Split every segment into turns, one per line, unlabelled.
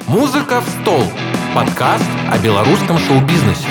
«Музыка в стол» – подкаст о белорусском шоу-бизнесе.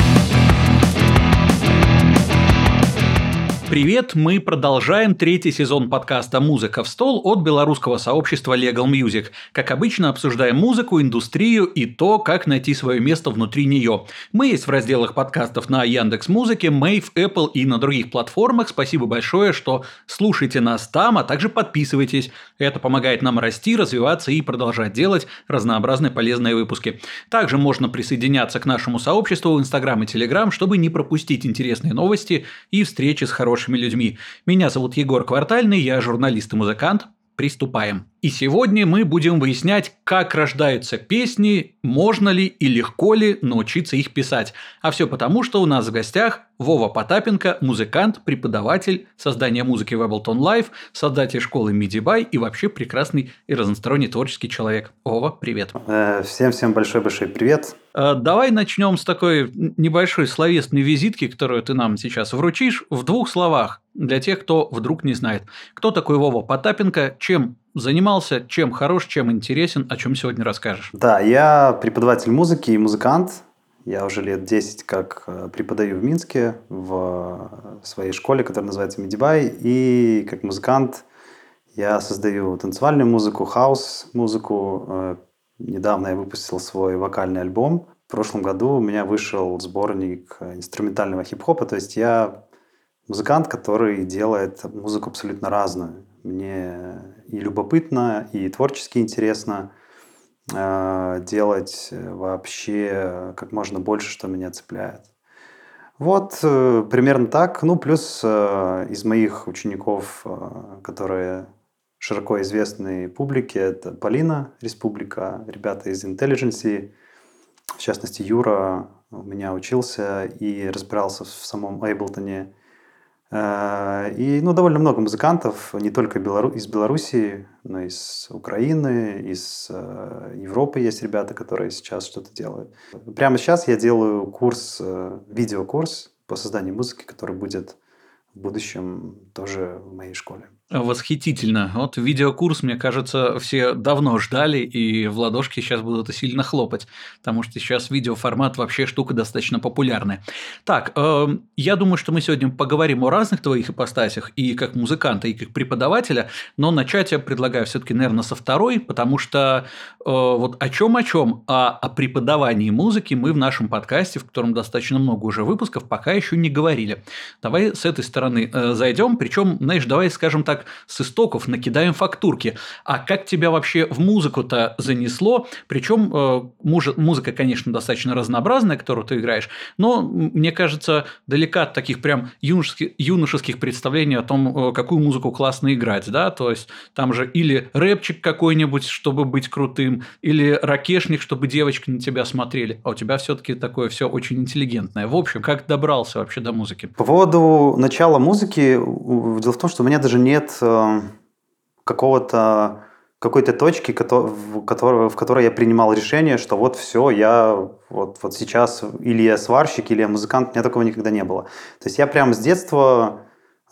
Привет, мы продолжаем третий сезон подкаста «Музыка в стол» от белорусского сообщества Legal Music. Как обычно, обсуждаем музыку, индустрию и то, как найти свое место внутри нее. Мы есть в разделах подкастов на Яндекс.Музыке, Мэйв, Apple и на других платформах. Спасибо большое, что слушаете нас там, а также подписывайтесь. Это помогает нам расти, развиваться и продолжать делать разнообразные полезные выпуски. Также можно присоединяться к нашему сообществу в Instagram и Telegram, чтобы не пропустить интересные новости и встречи с хорошими людьми. Меня зовут Егор Квартальный, я журналист и музыкант. Приступаем. И сегодня мы будем выяснять, как рождаются песни, можно ли и легко ли научиться их писать. А все потому, что у нас в гостях Вова Потапенко, музыкант, преподаватель создания музыки в Ableton Live, создатель школы MIDI-BY и вообще прекрасный и разносторонний творческий человек. Вова, привет.
Всем большой-большой привет.
Давай начнем с такой небольшой словесной визитки, которую ты нам сейчас вручишь, в двух словах, для тех, кто вдруг не знает. Кто такой Вова Потапенко, чем занимался, чем хорош, чем интересен, о чем сегодня расскажешь?
Да, я преподаватель музыки и музыкант. Я уже лет 10 как преподаю в Минске в своей школе, которая называется MIDI-BY. И как музыкант я создаю танцевальную музыку, хаус-музыку. Недавно я выпустил свой вокальный альбом. В прошлом году у меня вышел сборник инструментального хип-хопа. То есть я музыкант, который делает музыку абсолютно разную. Мне и любопытно, и творчески интересно делать вообще как можно больше, что меня цепляет. Вот примерно так. Ну, плюс из моих учеников, которые широко известны публике, это Полина Республика, ребята из Intelligence, в частности, Юра у меня учился и разбирался в самом Ableton. И довольно много музыкантов, не только из Белоруссии, но и из Украины, из Европы есть ребята, которые сейчас что-то делают. Прямо сейчас я делаю видеокурс по созданию музыки, который будет в будущем тоже в моей школе.
Восхитительно. Вот видеокурс, мне кажется, все давно ждали, и в ладошки сейчас будут сильно хлопать, потому что сейчас видеоформат вообще штука достаточно популярная. Так, я думаю, что мы сегодня поговорим о разных твоих ипостасях, и как музыканта, и как преподавателя, но начать я предлагаю все-таки, наверное, со второй, потому что вот о чем, а о преподавании музыки мы в нашем подкасте, в котором достаточно много уже выпусков, пока еще не говорили. Давай с этой стороны зайдем, причем, знаешь, давай, скажем так, с истоков накидаем фактурки. А как тебя вообще в музыку-то занесло? Причем музыка, конечно, достаточно разнообразная, которую ты играешь, но, мне кажется, далека от таких прям юношеских представлений о том, какую музыку классно играть, да? То есть там же или рэпчик какой-нибудь, чтобы быть крутым, или ракешник, чтобы девочки на тебя смотрели. А у тебя все-таки такое все очень интеллигентное. В общем, как добрался вообще до музыки?
По поводу начала музыки, дело в том, что у меня даже нет какой-то точки, в которой я принимал решение, что вот все, я вот сейчас или я сварщик, или я музыкант. У меня такого никогда не было. То есть я прямо с детства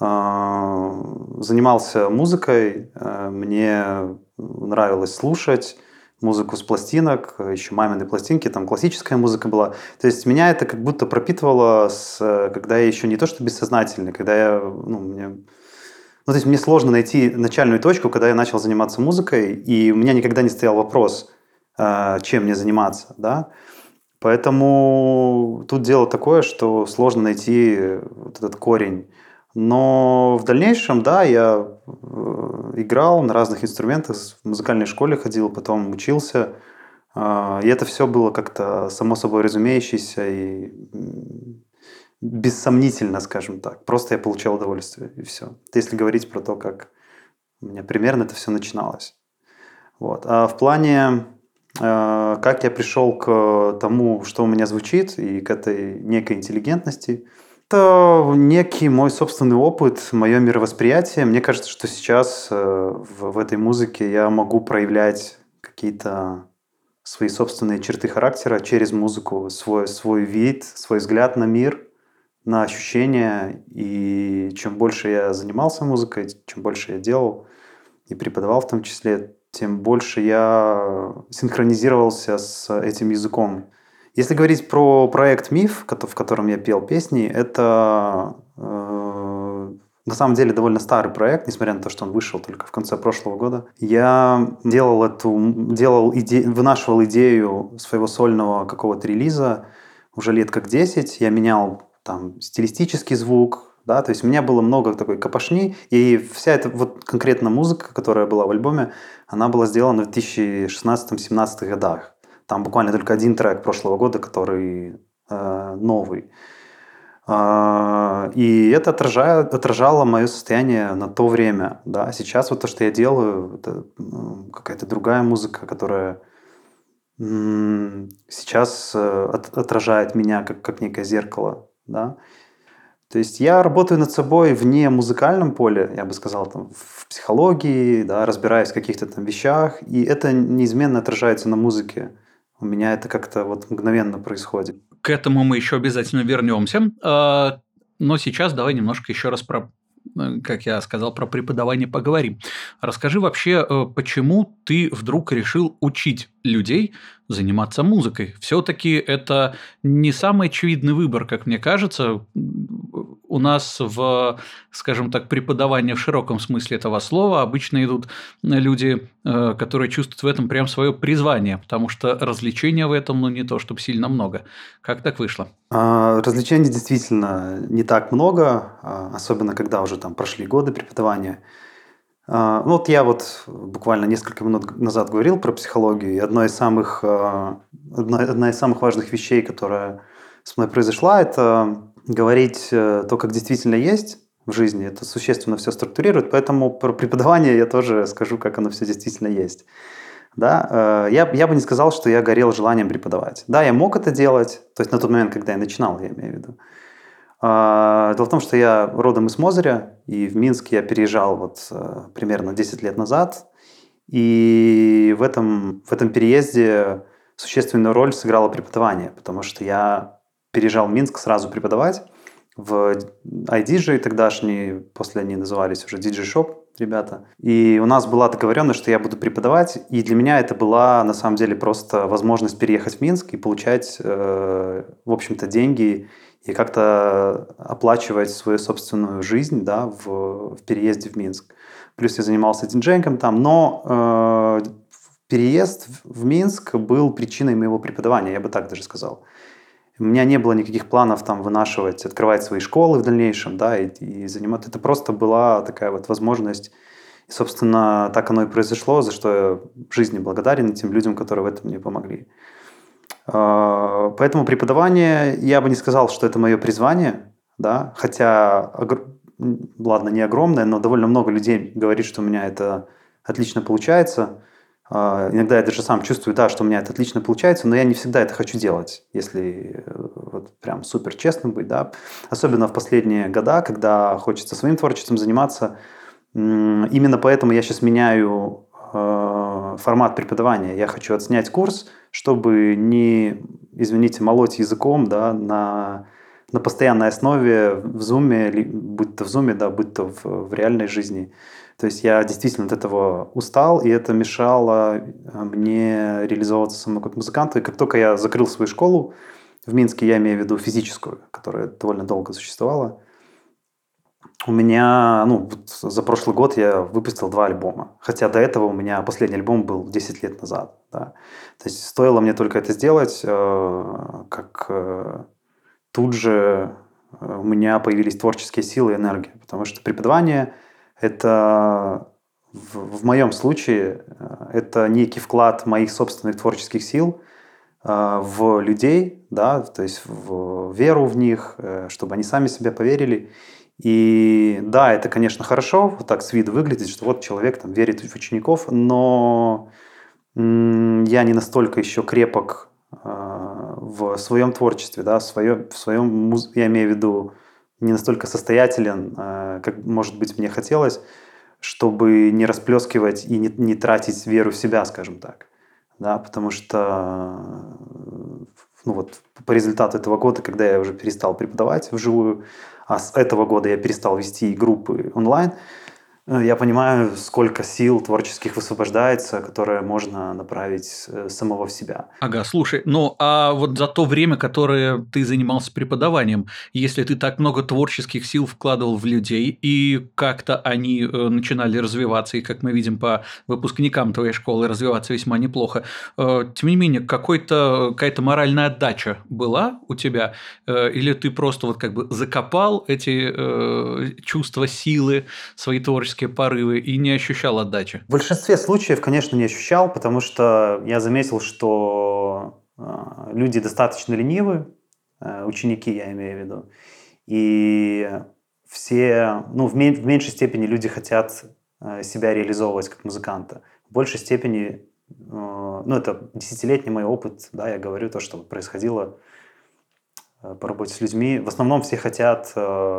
занимался музыкой, мне нравилось слушать музыку с пластинок, еще мамины пластинки, там классическая музыка была. То есть меня это как будто пропитывало, когда я еще не то что бессознательно, когда я, то есть мне сложно найти начальную точку, когда я начал заниматься музыкой, и у меня никогда не стоял вопрос, чем мне заниматься, да. Поэтому тут дело такое, что сложно найти вот этот корень. Но в дальнейшем, да, я играл на разных инструментах, в музыкальной школе ходил, потом учился. И это все было как-то само собой разумеющееся и бессомнительно, скажем так. Просто я получал удовольствие, и все. Это если говорить про то, как у меня примерно это все начиналось. Вот. А в плане, как я пришел к тому, что у меня звучит, и к этой некой интеллигентности, это некий мой собственный опыт, мое мировосприятие. Мне кажется, что сейчас в этой музыке я могу проявлять какие-то свои собственные черты характера через музыку, свой вид, свой взгляд на мир, на ощущения. И чем больше я занимался музыкой, чем больше я делал и преподавал в том числе, тем больше я синхронизировался с этим языком. Если говорить про проект «Миф», в котором я пел песни, это на самом деле довольно старый проект, несмотря на то, что он вышел только в конце прошлого года. Я вынашивал идею своего сольного какого-то релиза уже лет как 10. Я менял там стилистический звук, да, то есть у меня было много такой копошни, и вся эта вот конкретно музыка, которая была в альбоме, она была сделана в 2016-2017 годах. Там буквально только один трек прошлого года, который новый. И это отражало мое состояние на то время. Да. Сейчас вот то, что я делаю, это какая-то другая музыка, которая сейчас отражает меня как некое зеркало. Да. То есть я работаю над собой вне музыкальном поле, я бы сказал, там, в психологии, да, разбираюсь в каких-то там вещах, и это неизменно отражается на музыке. У меня это как-то вот мгновенно происходит.
К этому мы еще обязательно вернемся. Но сейчас давай немножко еще раз про, как я сказал, про преподавание поговорим. Расскажи вообще, почему ты вдруг решил учить людей заниматься музыкой? Все-таки это не самый очевидный выбор, как мне кажется. У нас в, скажем так, преподавании в широком смысле этого слова обычно идут люди, которые чувствуют в этом прям свое призвание, потому что развлечения в этом, ну, не то чтобы сильно много. Как так вышло?
Развлечений действительно не так много, особенно когда уже там прошли годы преподавания. Ну, вот я вот буквально несколько минут назад говорил про психологию, и одна из самых важных вещей, которая со мной произошла, это говорить то, как действительно есть в жизни. Это существенно все структурирует, поэтому про преподавание я тоже скажу, как оно все действительно есть. Да, я бы не сказал, что я горел желанием преподавать. Да, я мог это делать, то есть на тот момент, когда я начинал, я имею в виду. Дело в том, что я родом из Мозыря, и в Минск я переезжал вот примерно 10 лет назад. И в этом переезде существенную роль сыграло преподавание, потому что я переезжал в Минск сразу преподавать в iDJ тогдашний, после они назывались уже DJ Shop, ребята. И у нас была договоренность, что я буду преподавать, и для меня это была на самом деле просто возможность переехать в Минск и получать, в общем-то, деньги и как-то оплачивать свою собственную жизнь, да, в переезде в Минск. Плюс я занимался диджеингом там, но переезд в Минск был причиной моего преподавания, я бы так даже сказал. У меня не было никаких планов там вынашивать, открывать свои школы в дальнейшем, да, и заниматься. Это просто была такая вот возможность. И, собственно, так оно и произошло, за что я в жизни благодарен тем людям, которые в этом мне помогли. Поэтому преподавание, я бы не сказал, что это мое призвание, да, хотя, ладно, не огромное, но довольно много людей говорит, что у меня это отлично получается. Иногда я даже сам чувствую, да, что у меня это отлично получается, но я не всегда это хочу делать, если вот прям супер честным быть, да. Особенно в последние года, когда хочется своим творчеством заниматься. Именно поэтому я сейчас меняю формат преподавания. Я хочу отснять курс, чтобы не, извините, молоть языком, да, на постоянной основе в Zoom, будь то в Zoom, да, будь то в реальной жизни. То есть я действительно от этого устал, и это мешало мне реализовываться самому как музыканту. И как только я закрыл свою школу в Минске, я имею в виду физическую, которая довольно долго существовала, у меня, вот за прошлый год я выпустил 2 альбома. Хотя до этого у меня последний альбом был 10 лет назад. Да. То есть стоило мне только это сделать, как тут же у меня появились творческие силы и энергия. Потому что преподавание – это, в моем случае, это некий вклад моих собственных творческих сил в людей, да, то есть в веру в них, чтобы они сами в себя поверили. И да, это, конечно, хорошо, вот так с виду выглядит, что вот человек там верит в учеников, но я не настолько еще крепок в своем творчестве, да, в своем, я имею в виду, не настолько состоятелен, как, может быть, мне хотелось, чтобы не расплескивать и не тратить веру в себя, скажем так. Да, потому что вот, по результату этого года, когда я уже перестал преподавать вживую, а с этого года я перестал вести группы онлайн, Я понимаю, сколько сил творческих высвобождается, которые можно направить самого в себя.
Ага, слушай, ну а вот за то время, которое ты занимался преподаванием, если ты так много творческих сил вкладывал в людей, и как-то они начинали развиваться, и как мы видим по выпускникам твоей школы, развиваться весьма неплохо, тем не менее, какая-то моральная отдача была у тебя, или ты просто вот как бы закопал эти чувства силы, свои творческие порывы и не ощущал отдачи?
В большинстве случаев, конечно, не ощущал, потому что я заметил, что люди достаточно ленивы, ученики, я имею в виду, и все, в меньшей степени люди хотят себя реализовывать как музыканта. В большей степени, это десятилетний мой опыт, да, я говорю то, что происходило по работе с людьми. В основном все хотят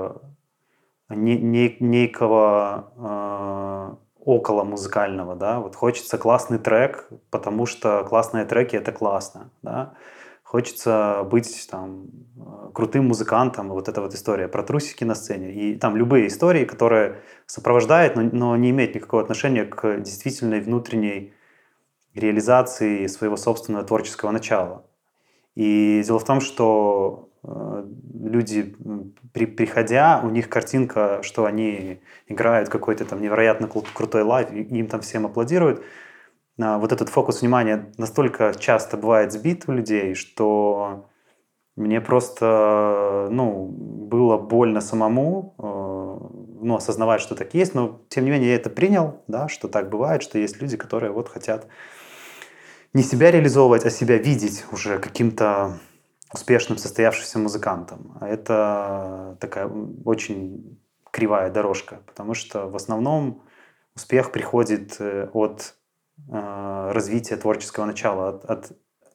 некого около музыкального, да, вот хочется классный трек, потому что классные треки — это классно, да, хочется быть там крутым музыкантом, вот эта вот история про трусики на сцене, и там любые истории, которые сопровождают, но не имеют никакого отношения к действительной внутренней реализации своего собственного творческого начала. И дело в том, что люди, приходя, у них картинка, что они играют какой-то там невероятно крутой лайв, и им там всем аплодируют. Вот этот фокус внимания настолько часто бывает сбит у людей, что мне просто, было больно самому, осознавать, что так есть, но тем не менее я это принял, да, что так бывает, что есть люди, которые вот хотят не себя реализовывать, а себя видеть уже каким-то успешным, состоявшимся музыкантом. А это такая очень кривая дорожка, потому что в основном успех приходит от развития творческого начала, от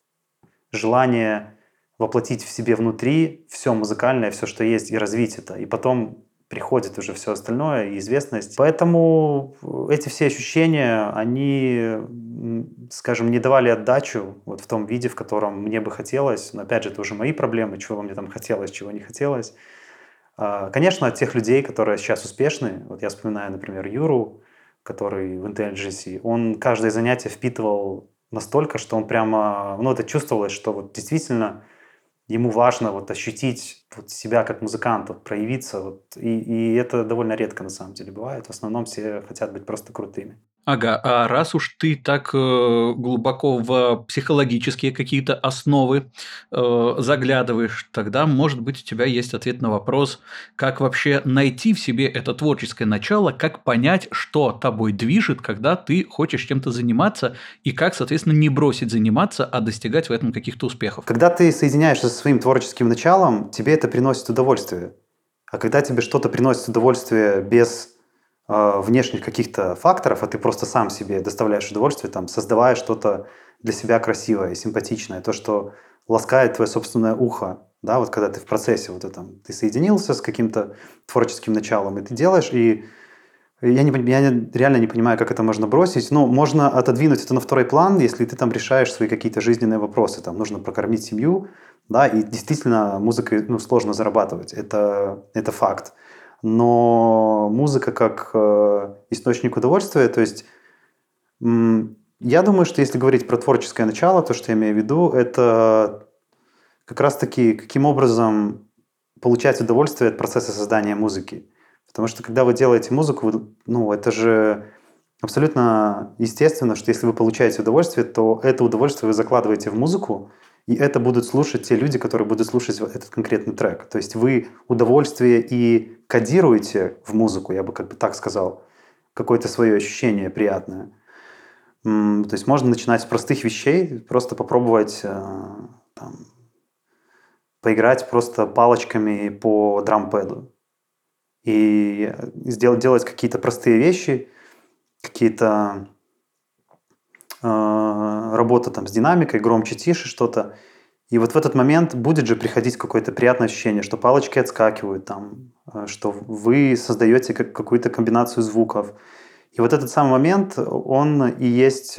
желания воплотить в себе внутри все музыкальное, все, что есть, и развить это. И потом приходит уже все остальное, и известность. Поэтому эти все ощущения, они, скажем, не давали отдачу вот в том виде, в котором мне бы хотелось. Но опять же, это уже мои проблемы, чего мне там хотелось, чего не хотелось. Конечно, от тех людей, которые сейчас успешны, вот я вспоминаю, например, Юру, который в IntelliGC, он каждое занятие впитывал настолько, что он прямо, это чувствовалось, что вот действительно ему важно вот ощутить вот себя как музыканта, проявиться. Вот, и это довольно редко на самом деле бывает. В основном все хотят быть просто крутыми.
Ага, а раз уж ты так глубоко в психологические какие-то основы заглядываешь, тогда, может быть, у тебя есть ответ на вопрос, как вообще найти в себе это творческое начало, как понять, что тобой движет, когда ты хочешь чем-то заниматься, и как, соответственно, не бросить заниматься, а достигать в этом каких-то успехов.
Когда ты соединяешься со своим творческим началом, тебе это приносит удовольствие. А когда тебе что-то приносит удовольствие без внешних каких-то факторов, а ты просто сам себе доставляешь удовольствие, там, создавая что-то для себя красивое и симпатичное, то, что ласкает твое собственное ухо, да, вот когда ты в процессе вот этом, ты соединился с каким-то творческим началом, и ты делаешь, и я реально не понимаю, как это можно бросить. Можно отодвинуть это на второй план, если ты там решаешь свои какие-то жизненные вопросы, там, нужно прокормить семью, да, и действительно музыкой, сложно зарабатывать, это факт. Но музыка как источник удовольствия, то есть я думаю, что если говорить про творческое начало, то, что я имею в виду, это как раз-таки каким образом получать удовольствие от процесса создания музыки. Потому что когда вы делаете музыку, это же абсолютно естественно, что если вы получаете удовольствие, то это удовольствие вы закладываете в музыку, и это будут слушать те люди, которые будут слушать этот конкретный трек. То есть вы удовольствие и кодируете в музыку, я бы как бы так сказал, какое-то свое ощущение приятное. То есть можно начинать с простых вещей, просто попробовать поиграть просто палочками по дрампэду. И делать какие-то простые вещи, какие-то работа там с динамикой, громче, тише что-то. И вот в этот момент будет же приходить какое-то приятное ощущение, что палочки отскакивают, там, что вы создаете какую-то комбинацию звуков. И вот этот самый момент, он и есть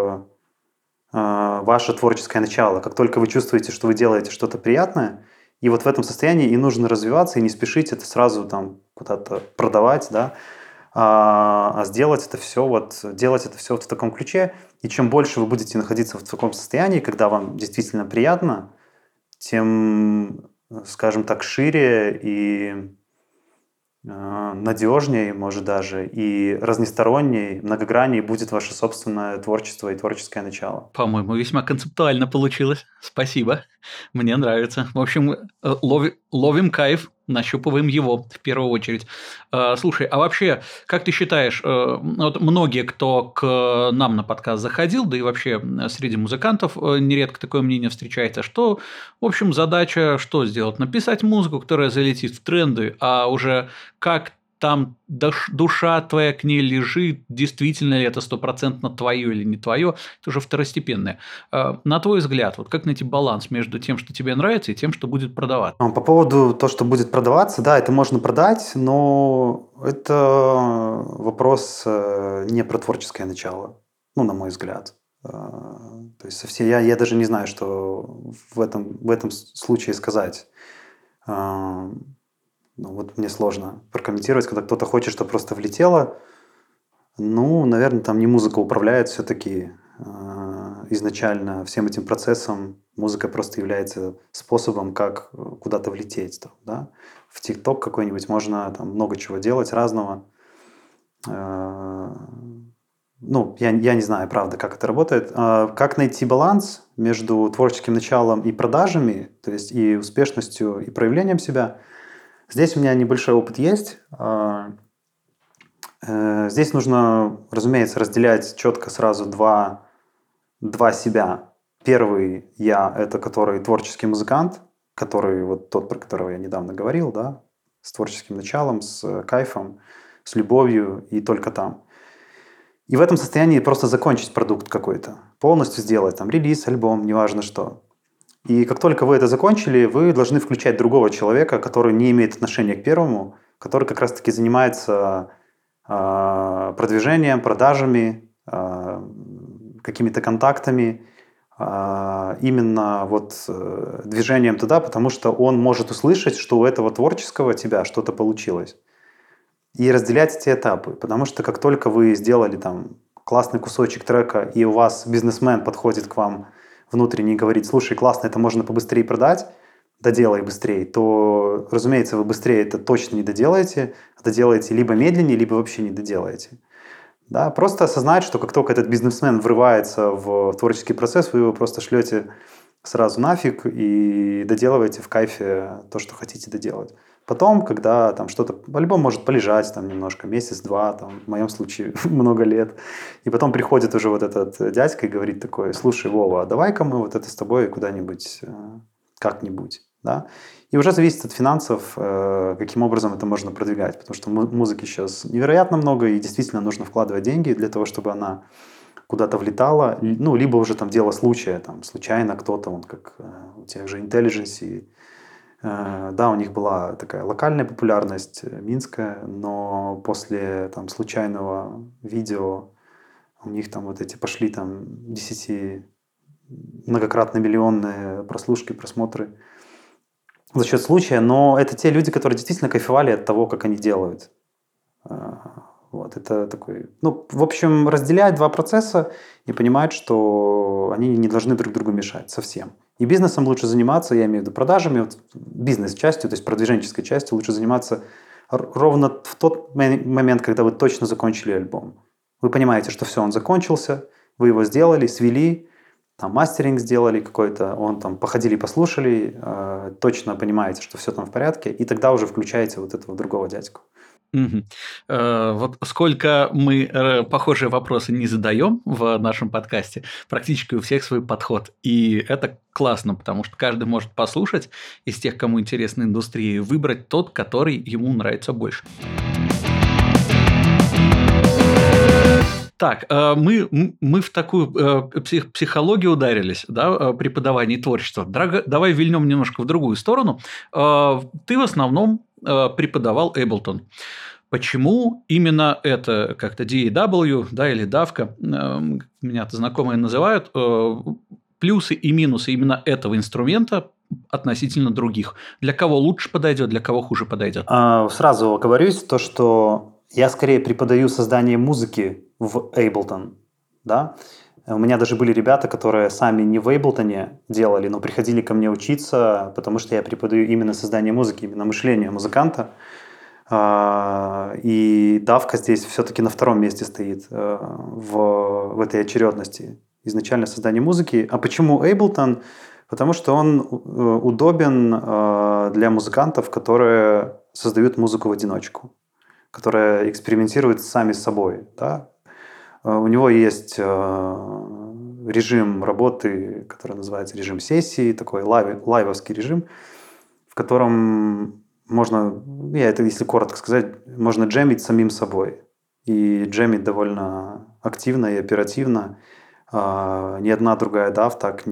ваше творческое начало. Как только вы чувствуете, что вы делаете что-то приятное, и вот в этом состоянии и нужно развиваться, и не спешить это сразу там куда-то продавать, да, сделать это все делать это все в таком ключе. И чем больше вы будете находиться в таком состоянии, когда вам действительно приятно, тем, скажем так, шире и надежнее, может даже, и разностороннее, многограннее будет ваше собственное творчество и творческое начало.
По-моему, весьма концептуально получилось. Спасибо. Мне нравится. В общем, ловим кайф, нащупываем его в первую очередь. Слушай, а вообще, как ты считаешь, вот многие, кто к нам на подкаст заходил, да и вообще среди музыкантов нередко такое мнение встречается, что, в общем, задача что сделать? Написать музыку, которая залетит в тренды, а уже как там душа твоя к ней лежит, действительно ли это 100% твое или не твое, это уже второстепенное. На твой взгляд, вот как найти баланс между тем, что тебе нравится, и тем, что будет продаваться?
По поводу того, что будет продаваться, да, это можно продать, но это вопрос не про творческое начало, ну, на мой взгляд. То есть совсем, я даже не знаю, что в этом случае сказать. Ну, вот мне сложно прокомментировать, когда кто-то хочет, чтобы просто влетело. Ну, наверное, там не музыка управляет все-таки изначально всем этим процессом. Музыка просто является способом, как куда-то влететь. Там, да? В ТикТок какой-нибудь можно там много чего делать разного. Ну, я не знаю, правда, как это работает. Как найти баланс между творческим началом и продажами, то есть и успешностью, и проявлением себя? Здесь у меня небольшой опыт есть. Здесь нужно, разумеется, разделять четко сразу два себя. Первый я – это который творческий музыкант, который вот тот, про которого я недавно говорил, да, с творческим началом, с кайфом, с любовью и только там. И в этом состоянии просто закончить продукт какой-то, полностью сделать там релиз, альбом, неважно что. И как только вы это закончили, вы должны включать другого человека, который не имеет отношения к первому, который как раз-таки занимается продвижением, продажами, какими-то контактами, именно вот движением туда, потому что он может услышать, что у этого творческого тебя что-то получилось. И разделять эти этапы, потому что как только вы сделали там классный кусочек трека, и у вас бизнесмен подходит к вам внутренне и говорит: слушай, классно, это можно побыстрее продать, доделай быстрее, то, разумеется, вы быстрее это точно не доделаете, а доделаете либо медленнее, либо вообще не доделаете. Да, просто осознать, что как только этот бизнесмен врывается в творческий процесс, вы его просто шлете сразу нафиг и доделываете в кайфе то, что хотите доделать. Потом, когда там что-то, альбом может полежать там немножко, месяц-два, там, в моем случае много лет, и потом приходит уже вот этот дядька и говорит такой: слушай, Вова, а давай-ка мы вот это с тобой куда-нибудь, как-нибудь, да? И уже зависит от финансов, каким образом это можно продвигать, потому что музыки сейчас невероятно много, и действительно нужно вкладывать деньги для того, чтобы она куда-то влетала, ну, либо уже там дело случая, там, случайно кто-то, вот как у тех же Intelligence, да, у них была такая локальная популярность, минская, но после там случайного видео у них там вот эти пошли там 10 многократно миллионные прослушки, просмотры за счет случая, но это те люди, которые действительно кайфовали от того, как они делают. Вот, это такой... Ну, в общем, разделять два процесса и понимать, что они не должны друг другу мешать совсем. И бизнесом лучше заниматься, я имею в виду продажами, вот бизнес-частью, то есть продвиженческой частью лучше заниматься ровно в тот момент, когда вы точно закончили альбом. Вы понимаете, что все, он закончился, вы его сделали, свели, там мастеринг сделали какой-то, он там походили, послушали, точно понимаете, что все там в порядке, и тогда уже включаете вот этого другого дядьку.
Угу. Вот сколько мы похожие вопросы не задаем в нашем подкасте, практически у всех свой подход. И это классно, потому что каждый может послушать из тех, кому интересна индустрия, и выбрать тот, который ему нравится больше. Так, мы в такую психологию ударились, да, преподавание творчества. Давай вильнем немножко в другую сторону. Ты в основном преподавал Ableton. Почему именно это как-то DAW, да, или давка, меня-то знакомые называют, плюсы и минусы именно этого инструмента относительно других? Для кого лучше подойдет, для кого хуже подойдет?
Сразу оговорюсь, то, что Я скорее преподаю создание музыки в Ableton, да. У меня даже были ребята, которые сами не в Ableton делали, но приходили ко мне учиться, потому что я преподаю именно создание музыки, именно мышление музыканта. И давка здесь все-таки на втором месте стоит в этой очередности. Изначально создание музыки. А почему Ableton? Потому что он удобен для музыкантов, которые создают музыку в одиночку, которые экспериментируют сами с собой. Да? У него есть режим работы, который называется режим сессии, такой лайвовский режим, в котором можно, я это если коротко сказать, можно джемить самим собой. И джемить довольно активно и оперативно. Ни одна другая DAW так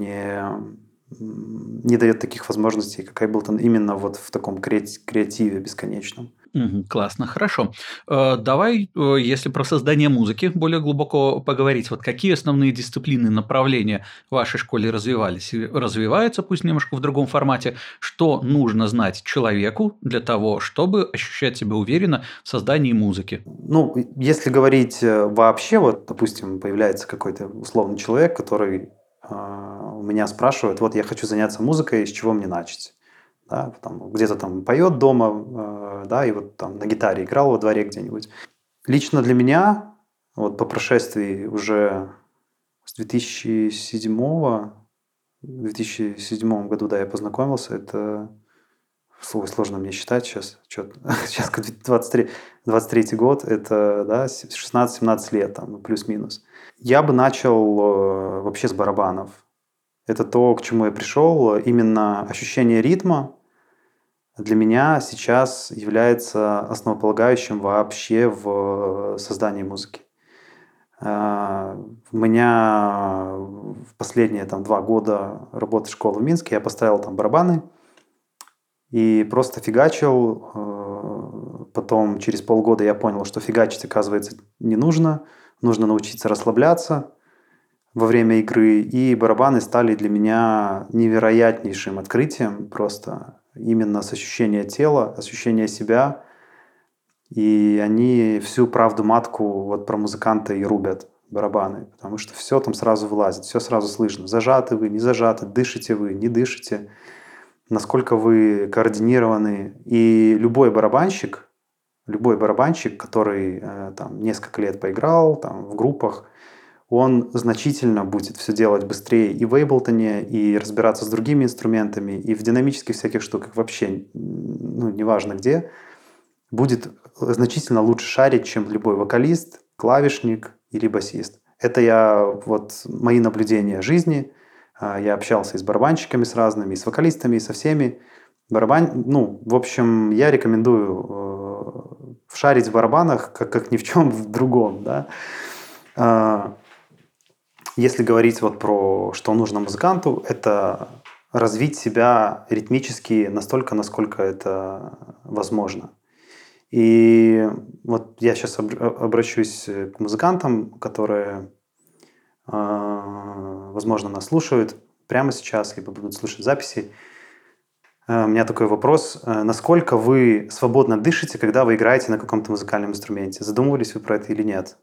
не дает таких возможностей, как Ableton, именно вот в таком креативе бесконечном.
Классно, хорошо. Давай, если про создание музыки более глубоко поговорить. Вот какие основные дисциплины, направления в вашей школе развивались и развиваются, пусть немножко в другом формате? Что нужно знать человеку для того, чтобы ощущать себя уверенно в создании музыки?
Ну, если говорить вообще, вот, допустим, появляется какой-то условный человек, который у меня спрашивает, вот я хочу заняться музыкой, с чего мне начать? Да, где-то там поет дома, да, и вот там на гитаре играл во дворе где-нибудь. Лично для меня, вот по прошествии уже с 2007 году, да, я познакомился, это сложно мне считать сейчас, сейчас 23 год, это, да, 16-17 лет, там, ну, плюс-минус. Я бы начал вообще с барабанов. Это то, к чему я пришел. Именно ощущение ритма для меня сейчас является основополагающим вообще в создании музыки. У меня в последние 2 года работы школы в Минске я поставил там барабаны и просто фигачил. Потом через полгода я понял, что фигачить, оказывается, не нужно. Нужно научиться расслабляться во время игры. И барабаны стали для меня невероятнейшим открытием просто. Именно с ощущения тела, ощущения себя. И они всю правду матку вот про музыканта и рубят, барабаны. Потому что все там сразу вылазит, все сразу слышно. Зажаты вы, не зажаты, дышите вы, не дышите. Насколько вы координированы. И любой барабанщик, который там несколько лет поиграл там, в группах, он значительно будет все делать быстрее и в Ableton, и разбираться с другими инструментами, и в динамических всяких штуках вообще, ну, неважно где, будет значительно лучше шарить, чем любой вокалист, клавишник или басист. Это мои наблюдения жизни. Я общался и с барабанщиками с разными, и с вокалистами, и со всеми. В общем, я рекомендую шарить в барабанах, как ни в чем в другом, да. Если говорить вот про что нужно музыканту, это развить себя ритмически настолько, насколько это возможно. И вот я сейчас обращусь к музыкантам, которые, возможно, нас слушают прямо сейчас, либо будут слушать записи. У меня такой вопрос. Насколько вы свободно дышите, когда вы играете на каком-то музыкальном инструменте? Задумывались вы про это или нет?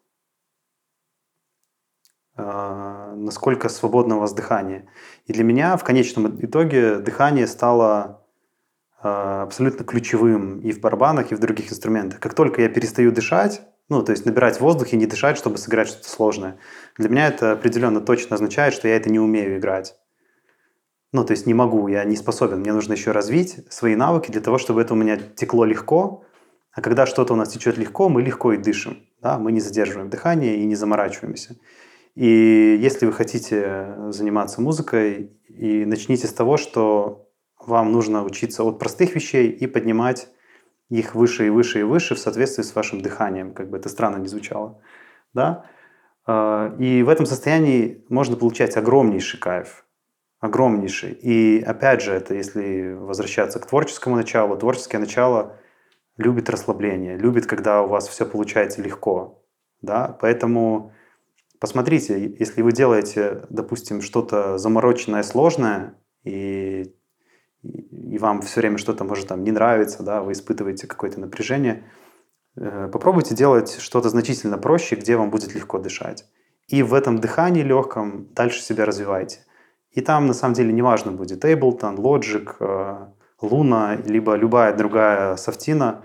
Насколько свободно у вас дыхание? И для меня в конечном итоге дыхание стало абсолютно ключевым и в барабанах, и в других инструментах. Как только я перестаю дышать, то есть набирать воздух и не дышать, чтобы сыграть что-то сложное, для меня это определенно точно означает, что я это не умею играть. То есть не могу, я не способен. Мне нужно еще развить свои навыки для того, чтобы это у меня текло легко. А когда что-то у нас течет легко, мы легко и дышим. Да? Мы не задерживаем дыхание и не заморачиваемся. И если вы хотите заниматься музыкой, и начните с того, что вам нужно учиться от простых вещей и поднимать их выше и выше и выше в соответствии с вашим дыханием, как бы это странно не звучало. Да? И в этом состоянии можно получать огромнейший кайф. Огромнейший. И опять же, это если возвращаться к творческому началу, творческое начало любит расслабление, любит, когда у вас все получается легко. Да? Поэтому посмотрите, если вы делаете, допустим, что-то замороченное, сложное, и вам все время что-то может там не нравиться, да, вы испытываете какое-то напряжение, попробуйте делать что-то значительно проще, где вам будет легко дышать. И в этом дыхании легком дальше себя развивайте. И там, на самом деле, неважно будет Ableton, Logic, Luna, либо любая другая софтина.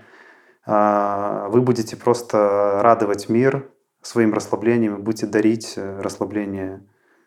Вы будете просто радовать мир своим расслаблением и будете дарить расслабление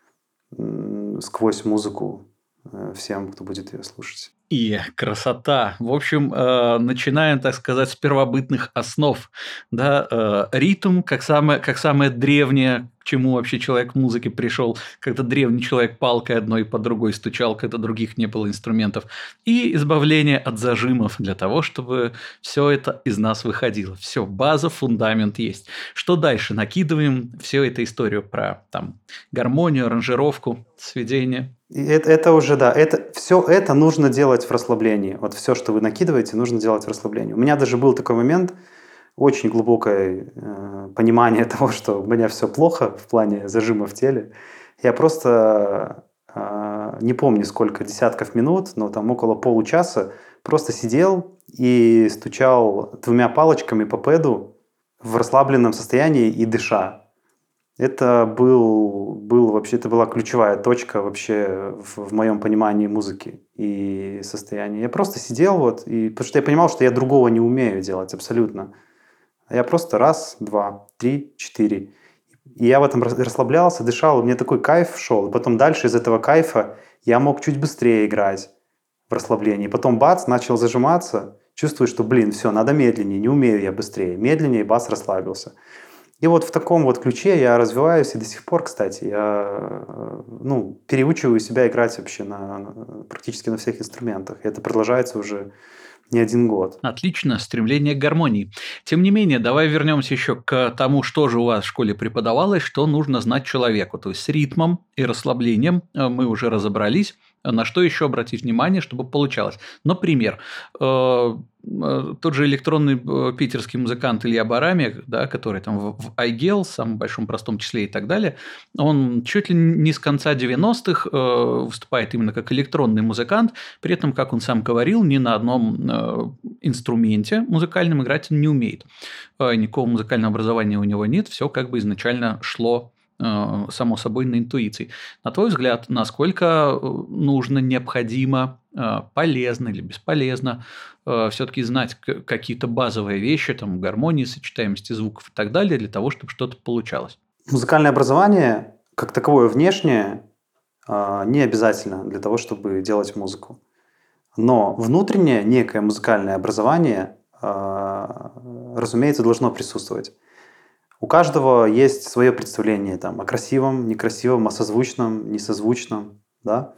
сквозь музыку всем, кто будет ее слушать.
И красота. В общем, начинаем, так сказать, с первобытных основ. Да? Ритм, как самое древнее, к чему вообще человек в музыке пришел, когда древний человек палкой одной по другой стучал, когда других не было инструментов. И избавление от зажимов для того, чтобы все это из нас выходило. Все, база, фундамент есть. Что дальше? Накидываем всю эту историю про там, гармонию, аранжировку, сведение.
И это уже, да, все это нужно делать в расслаблении. Вот все, что вы накидываете, нужно делать в расслаблении. У меня даже был такой момент, очень глубокое понимание того, что у меня все плохо в плане зажима в теле. Я просто не помню сколько десятков минут, но там около получаса просто сидел и стучал двумя палочками по пэду в расслабленном состоянии и дыша. Это это была ключевая точка вообще в моем понимании музыки и состояния. Я просто сидел потому что я понимал, что я другого не умею делать абсолютно. Я просто раз, два, три, четыре. И я в этом расслаблялся, дышал, и мне такой кайф шел. И потом дальше из этого кайфа я мог чуть быстрее играть в расслаблении. Потом бац, начал зажиматься, чувствую, что, все, надо медленнее, не умею я быстрее. Медленнее, и бац, расслабился. И вот в таком вот ключе я развиваюсь, и до сих пор, кстати, я переучиваю себя играть вообще практически на всех инструментах. И это продолжается уже не один год.
Отлично, стремление к гармонии. Тем не менее, давай вернемся еще к тому, что же у вас в школе преподавалось, что нужно знать человеку. То есть с ритмом и расслаблением мы уже разобрались. На что еще обратить внимание, чтобы получалось? Например, тот же электронный питерский музыкант Илья Барамик, да, который там в iGel, в самом большом простом числе и так далее, он чуть ли не с конца 90-х выступает именно как электронный музыкант, при этом, как он сам говорил, ни на одном инструменте музыкальном играть он не умеет. Никакого музыкального образования у него нет, все как бы изначально шло само собой на интуиции. На твой взгляд, насколько нужно, необходимо, полезно или бесполезно все-таки знать какие-то базовые вещи, там, гармонии, сочетаемости звуков и так далее, для того, чтобы что-то получалось?
Музыкальное образование, как таковое внешнее, не обязательно для того, чтобы делать музыку. Но внутреннее некое музыкальное образование, разумеется, должно присутствовать. У каждого есть свое представление там, о красивом, некрасивом, о созвучном, несозвучном. Да?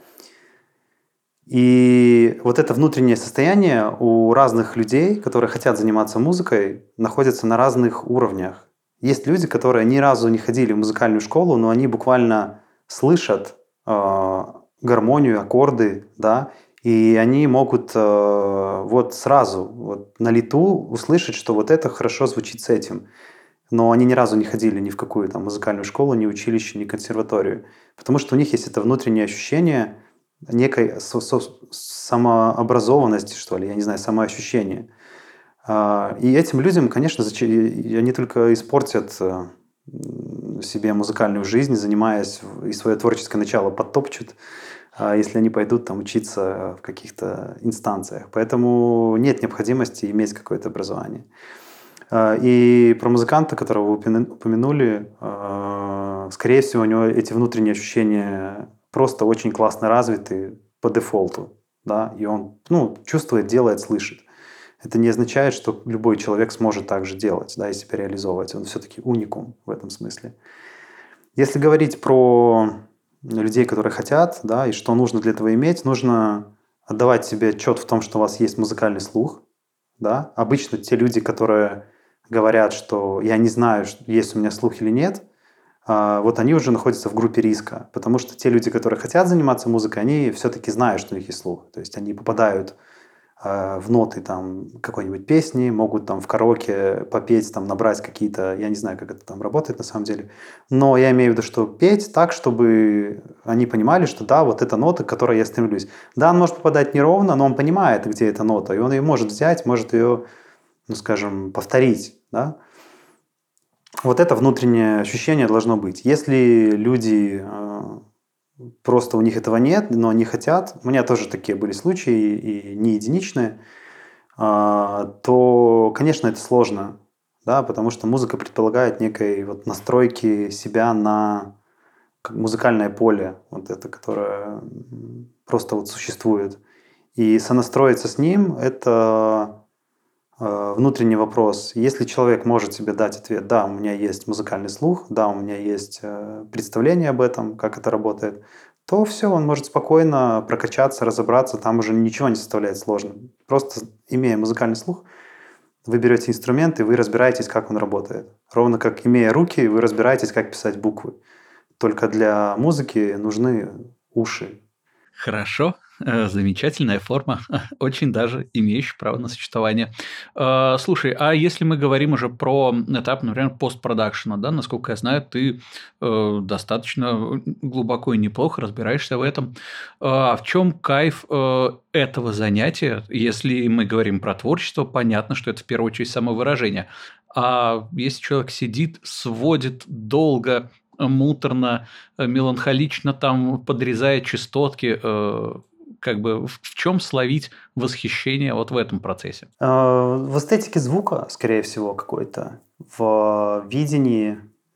И вот это внутреннее состояние у разных людей, которые хотят заниматься музыкой, находится на разных уровнях. Есть люди, которые ни разу не ходили в музыкальную школу, но они буквально слышат гармонию, аккорды, да, и они могут сразу на лету услышать, что вот это хорошо звучит с этим. Но они ни разу не ходили ни в какую там музыкальную школу, ни училище, ни консерваторию. Потому что у них есть это внутреннее ощущение некой самообразованности, что ли, я не знаю, самоощущения. И этим людям, конечно, они только испортят себе музыкальную жизнь, занимаясь и свое творческое начало подтопчут, если они пойдут там учиться в каких-то инстанциях. Поэтому нет необходимости иметь какое-то образование. И про музыканта, которого вы упомянули, скорее всего, у него эти внутренние ощущения просто очень классно развиты по дефолту. Да? И он чувствует, делает, слышит. Это не означает, что любой человек сможет так же делать, да, и себя реализовывать. Он все-таки уникум в этом смысле. Если говорить про людей, которые хотят, да, и что нужно для этого иметь, нужно отдавать себе отчет в том, что у вас есть музыкальный слух. Да? Обычно те люди, которые говорят, что я не знаю, есть у меня слух или нет, вот они уже находятся в группе риска. Потому что те люди, которые хотят заниматься музыкой, они все-таки знают, что у них есть слух. То есть они попадают в ноты там, какой-нибудь песни, могут там в караоке попеть, там, набрать какие-то, я не знаю, как это там работает на самом деле, но я имею в виду, что петь так, чтобы они понимали, что да, вот эта нота, к которой я стремлюсь. Да, он может попадать неровно, но он понимает, где эта нота, и он ее может взять, может ее, скажем, повторить, да. Вот это внутреннее ощущение должно быть. Если люди просто у них этого нет, но они хотят, у меня тоже такие были случаи и не единичные, то, конечно, это сложно, да, потому что музыка предполагает некой вот настройки себя на музыкальное поле, вот это, которое просто вот существует. И сонастроиться с ним – это внутренний вопрос. Если человек может себе дать ответ, да, у меня есть музыкальный слух, да, у меня есть представление об этом, как это работает, то все, он может спокойно прокачаться, разобраться, там уже ничего не составляет сложным. Просто имея музыкальный слух, вы берете инструмент, и вы разбираетесь, как он работает. Ровно как, имея руки, вы разбираетесь, как писать буквы. Только для музыки нужны уши.
Хорошо, замечательная форма, очень даже имеющая право на существование. Слушай, а если мы говорим уже про этап, например, постпродакшена, да, насколько я знаю, ты достаточно глубоко и неплохо разбираешься в этом. А в чем кайф этого занятия? Если мы говорим про творчество, понятно, что это в первую очередь самовыражение. А если человек сидит, сводит долго, муторно, меланхолично там подрезая частотки, как бы в чем словить восхищение вот в этом процессе?
В эстетике звука, скорее всего, какой-то, в видении,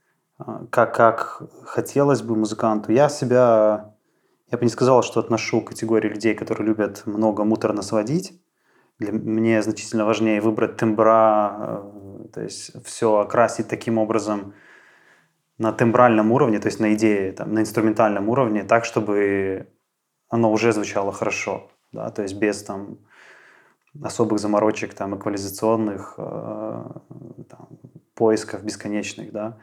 как хотелось бы музыканту. Я бы не сказал, что отношу к категории людей, которые любят много муторно сводить. Мне значительно важнее выбрать тембра, то есть все окрасить таким образом на тембральном уровне, то есть на идее, там, на инструментальном уровне, так, чтобы оно уже звучало хорошо, да, то есть без там особых заморочек, там, эквализационных, там, поисков бесконечных, да.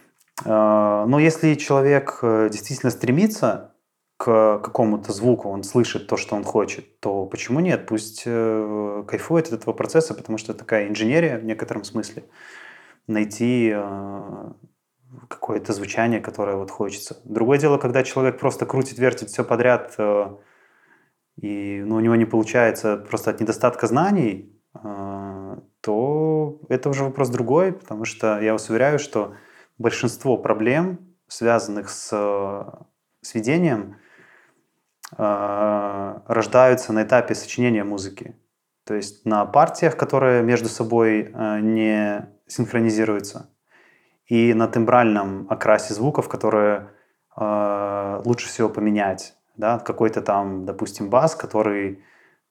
Но если человек действительно стремится к какому-то звуку, он слышит то, что он хочет, то почему нет? Пусть кайфует от этого процесса, потому что это такая инженерия в некотором смысле. Найти какое-то звучание, которое вот хочется. Другое дело, когда человек просто крутит, вертит все подряд, и у него не получается просто от недостатка знаний, то это уже вопрос другой, потому что я вас уверяю, что большинство проблем, связанных с сведением, рождаются на этапе сочинения музыки. То есть на партиях, которые между собой не синхронизируются, и на тембральном окрасе звуков, которые лучше всего поменять. Да? Какой-то там, допустим, бас, который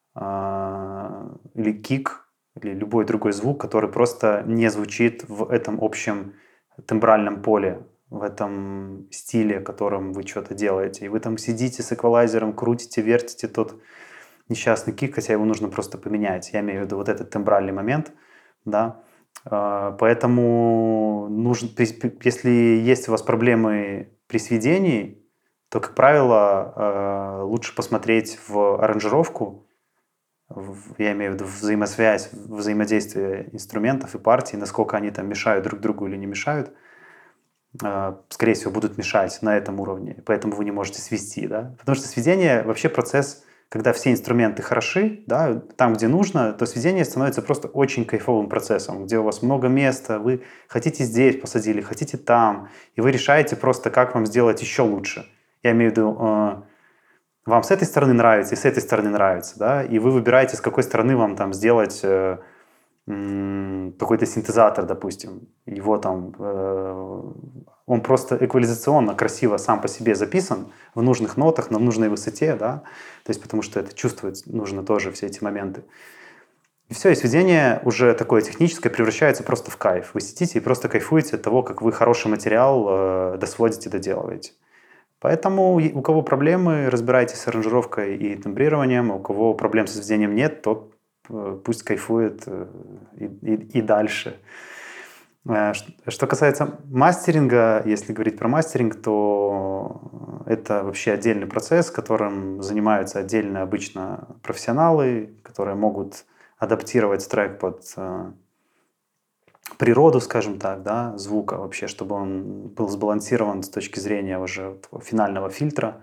или кик, или любой другой звук, который просто не звучит в этом общем тембральном поле, в этом стиле, которым вы что-то делаете. И вы там сидите с эквалайзером, крутите, вертите тот несчастный кик, хотя его нужно просто поменять. Я имею в виду вот этот тембральный момент, да. Поэтому нужно, если есть у вас проблемы при сведении, то, как правило, лучше посмотреть в аранжировку, я имею в виду взаимосвязь, взаимодействие инструментов и партий, насколько они там мешают друг другу или не мешают. Скорее всего, будут мешать на этом уровне, поэтому вы не можете свести, да? Потому что сведение вообще процесс, когда все инструменты хороши, да, там, где нужно, то сведение становится просто очень кайфовым процессом, где у вас много места, вы хотите здесь посадили, хотите там, и вы решаете просто, как вам сделать еще лучше. Я имею в виду, вам с этой стороны нравится и с этой стороны нравится, да, и вы выбираете, с какой стороны вам там сделать какой-то синтезатор, допустим, его там, он просто эквализационно красиво сам по себе записан в нужных нотах, на нужной высоте, да, то есть потому что это чувствовать нужно тоже все эти моменты. И все, и сведение уже такое техническое превращается просто в кайф. Вы сидите и просто кайфуете от того, как вы хороший материал досводите, доделываете. Поэтому у кого проблемы, разбирайтесь с аранжировкой и тембрированием, у кого проблем с сведением нет, тот пусть кайфует и дальше. Что касается мастеринга, если говорить про мастеринг, то это вообще отдельный процесс, которым занимаются отдельно обычно профессионалы, которые могут адаптировать трек под природу, скажем так, да, звука вообще, чтобы он был сбалансирован с точки зрения уже финального фильтра.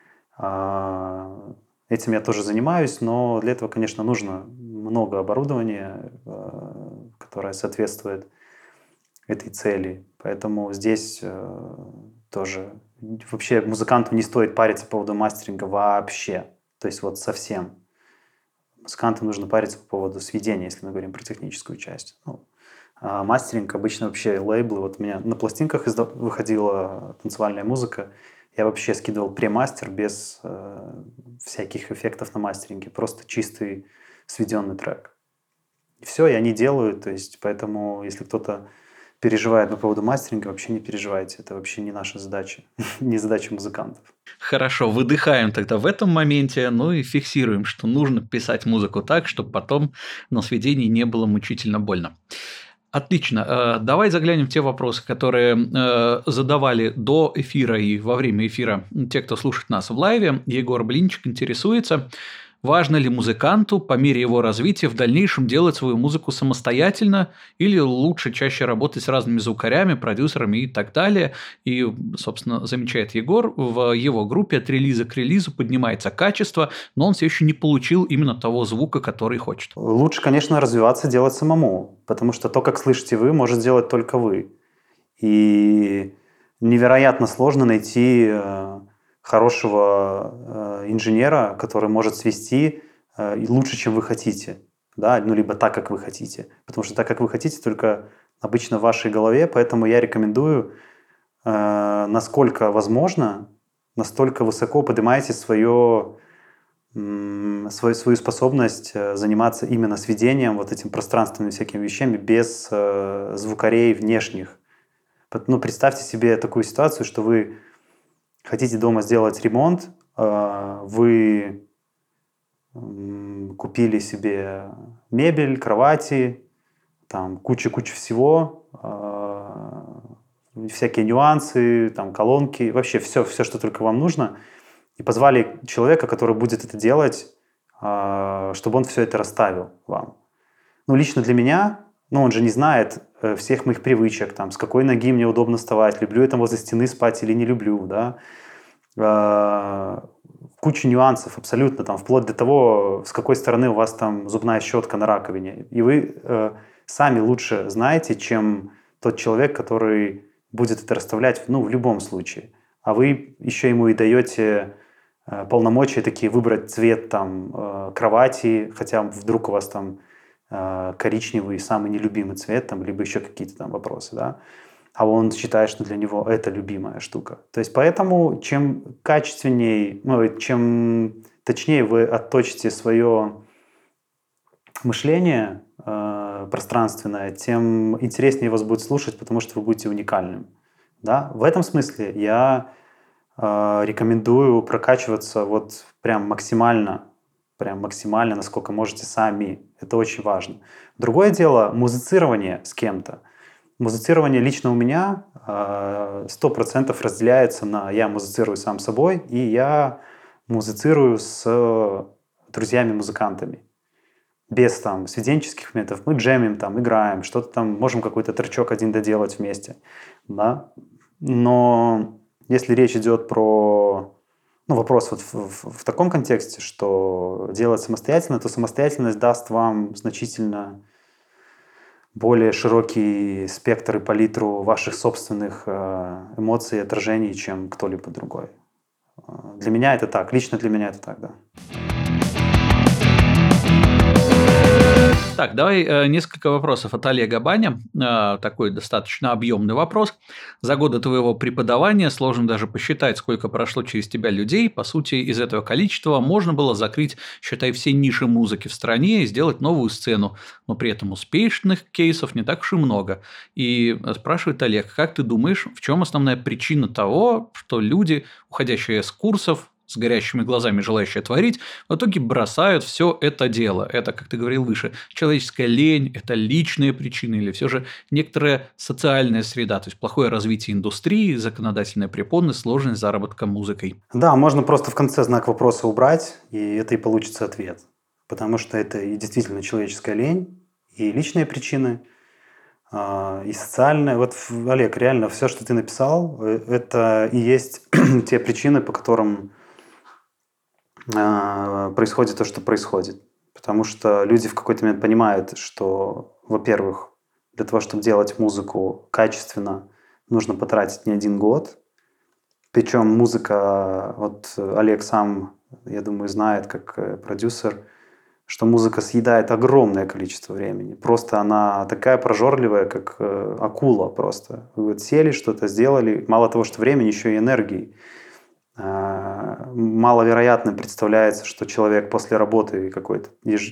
Этим я тоже занимаюсь, но для этого, конечно, нужно много оборудования, которое соответствует этой цели. Поэтому здесь тоже вообще музыканту не стоит париться по поводу мастеринга вообще. То есть вот совсем. Музыканту нужно париться по поводу сведения, если мы говорим про техническую часть. Ну, а мастеринг обычно вообще лейблы. Вот у меня на пластинках выходила танцевальная музыка. Я вообще скидывал премастер без всяких эффектов на мастеринге. Просто чистый сведенный трек. И все, и они делают. То есть, поэтому, если кто-то переживает по поводу мастеринга, вообще не переживайте. Это вообще не наша задача. Не задача музыкантов.
Хорошо, выдыхаем тогда в этом моменте, ну и фиксируем, что нужно писать музыку так, чтобы потом на сведении не было мучительно больно. Отлично. Давай заглянем в те вопросы, которые задавали до эфира и во время эфира те, кто слушает нас в лайве. Егор Блинчик интересуется, важно ли музыканту по мере его развития в дальнейшем делать свою музыку самостоятельно или лучше чаще работать с разными звукарями, продюсерами и так далее. И, собственно, замечает Егор, в его группе от релиза к релизу поднимается качество, но он все еще не получил именно того звука, который хочет.
Лучше, конечно, развиваться, делать самому, потому что то, как слышите вы, может сделать только вы. И невероятно сложно найти хорошего инженера, который может свести лучше, чем вы хотите. Да? Ну, либо так, как вы хотите. Потому что так, как вы хотите, только обычно в вашей голове. Поэтому я рекомендую, насколько возможно, настолько высоко поднимайте свою способность заниматься именно сведением, вот этим пространственными всякими вещами без звукарей внешних. Ну, представьте себе такую ситуацию, что вы хотите дома сделать ремонт, вы купили себе мебель, кровати, там куча всего, всякие нюансы, там колонки, вообще все, что только вам нужно, и позвали человека, который будет это делать, чтобы он все это расставил вам. Ну, лично для меня, ну, он же не знает всех моих привычек, там, с какой ноги мне удобно вставать, люблю я там возле стены спать или не люблю, да. Куча нюансов абсолютно, там, вплоть до того, с какой стороны у вас там зубная щетка на раковине. И вы сами лучше знаете, чем тот человек, который будет это расставлять, ну, в любом случае. А вы еще ему и даете полномочия такие выбрать цвет там кровати, хотя вдруг у вас там коричневый самый нелюбимый цвет, там, либо еще какие-то там вопросы, да, а он считает, что для него это любимая штука. То есть поэтому чем качественнее, ну, чем точнее вы отточите свое мышление пространственное, тем интереснее вас будет слушать, потому что вы будете уникальным. Да? В этом смысле я рекомендую прокачиваться вот прям максимально, насколько можете сами. Это очень важно. Другое дело – музицирование с кем-то. Музицирование лично у меня 100% разделяется на я музицирую сам собой и я музицирую с друзьями-музыкантами. Без там сведенческих методов. Мы джемим, там, играем, что-то там, можем какой-то тречок один доделать вместе. Да? Но если речь идет про вопрос вот в таком контексте, что делать самостоятельно, то самостоятельность даст вам значительно более широкий спектр и палитру ваших собственных эмоций и отражений, чем кто-либо другой. Для меня это так. Лично для меня это так, да.
Так, давай несколько вопросов от Олега Баня. Такой достаточно объемный вопрос. За годы твоего преподавания сложно даже посчитать, сколько прошло через тебя людей. По сути, из этого количества можно было закрыть, считай, все ниши музыки в стране и сделать новую сцену. Но при этом успешных кейсов не так уж и много. И спрашивает Олег, как ты думаешь, в чем основная причина того, что люди, уходящие с курсов, с горящими глазами желающие творить, в итоге бросают все это дело. Это, как ты говорил выше, человеческая лень, это личные причины или все же некоторая социальная среда, то есть плохое развитие индустрии, законодательные препоны, сложность заработка музыкой.
Да, можно просто в конце знак вопроса убрать, и это и получится ответ. Потому что это и действительно человеческая лень, и личные причины, и социальные. Вот, Олег, реально все, что ты написал, это и есть те причины, по которым происходит то, что происходит. Потому что люди в какой-то момент понимают, что, во-первых, для того, чтобы делать музыку качественно, нужно потратить не 1 год. Причем музыка, вот Олег сам, я думаю, знает, как продюсер, что музыка съедает огромное количество времени. Просто она такая прожорливая, как акула просто. Вы вот сели, что-то сделали. Мало того, что времени, еще и энергии. Маловероятно представляется, что человек после работы какой-то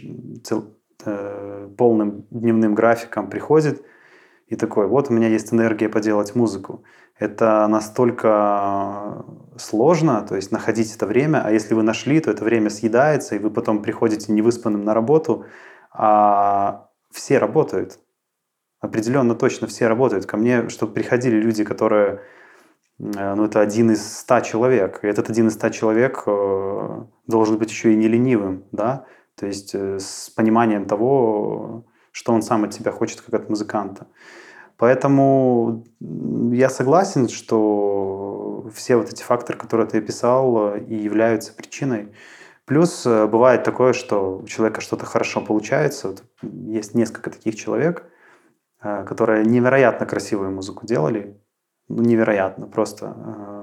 полным дневным графиком приходит и такой: вот у меня есть энергия поделать музыку. Это настолько сложно, то есть находить это время, а если вы нашли, то это время съедается, и вы потом приходите невыспанным на работу, а все работают. Определенно точно все работают. Ко мне, чтобы приходили люди, которые, ну, это 1 из 100 человек. И этот 1 из 100 человек должен быть еще и не ленивым, да? То есть с пониманием того, что он сам от себя хочет, как от музыканта. Поэтому я согласен, что все вот эти факторы, которые ты описал, и являются причиной. Плюс бывает такое, что у человека что-то хорошо получается. Вот есть несколько таких человек, которые невероятно красивую музыку делали. Ну, невероятно просто.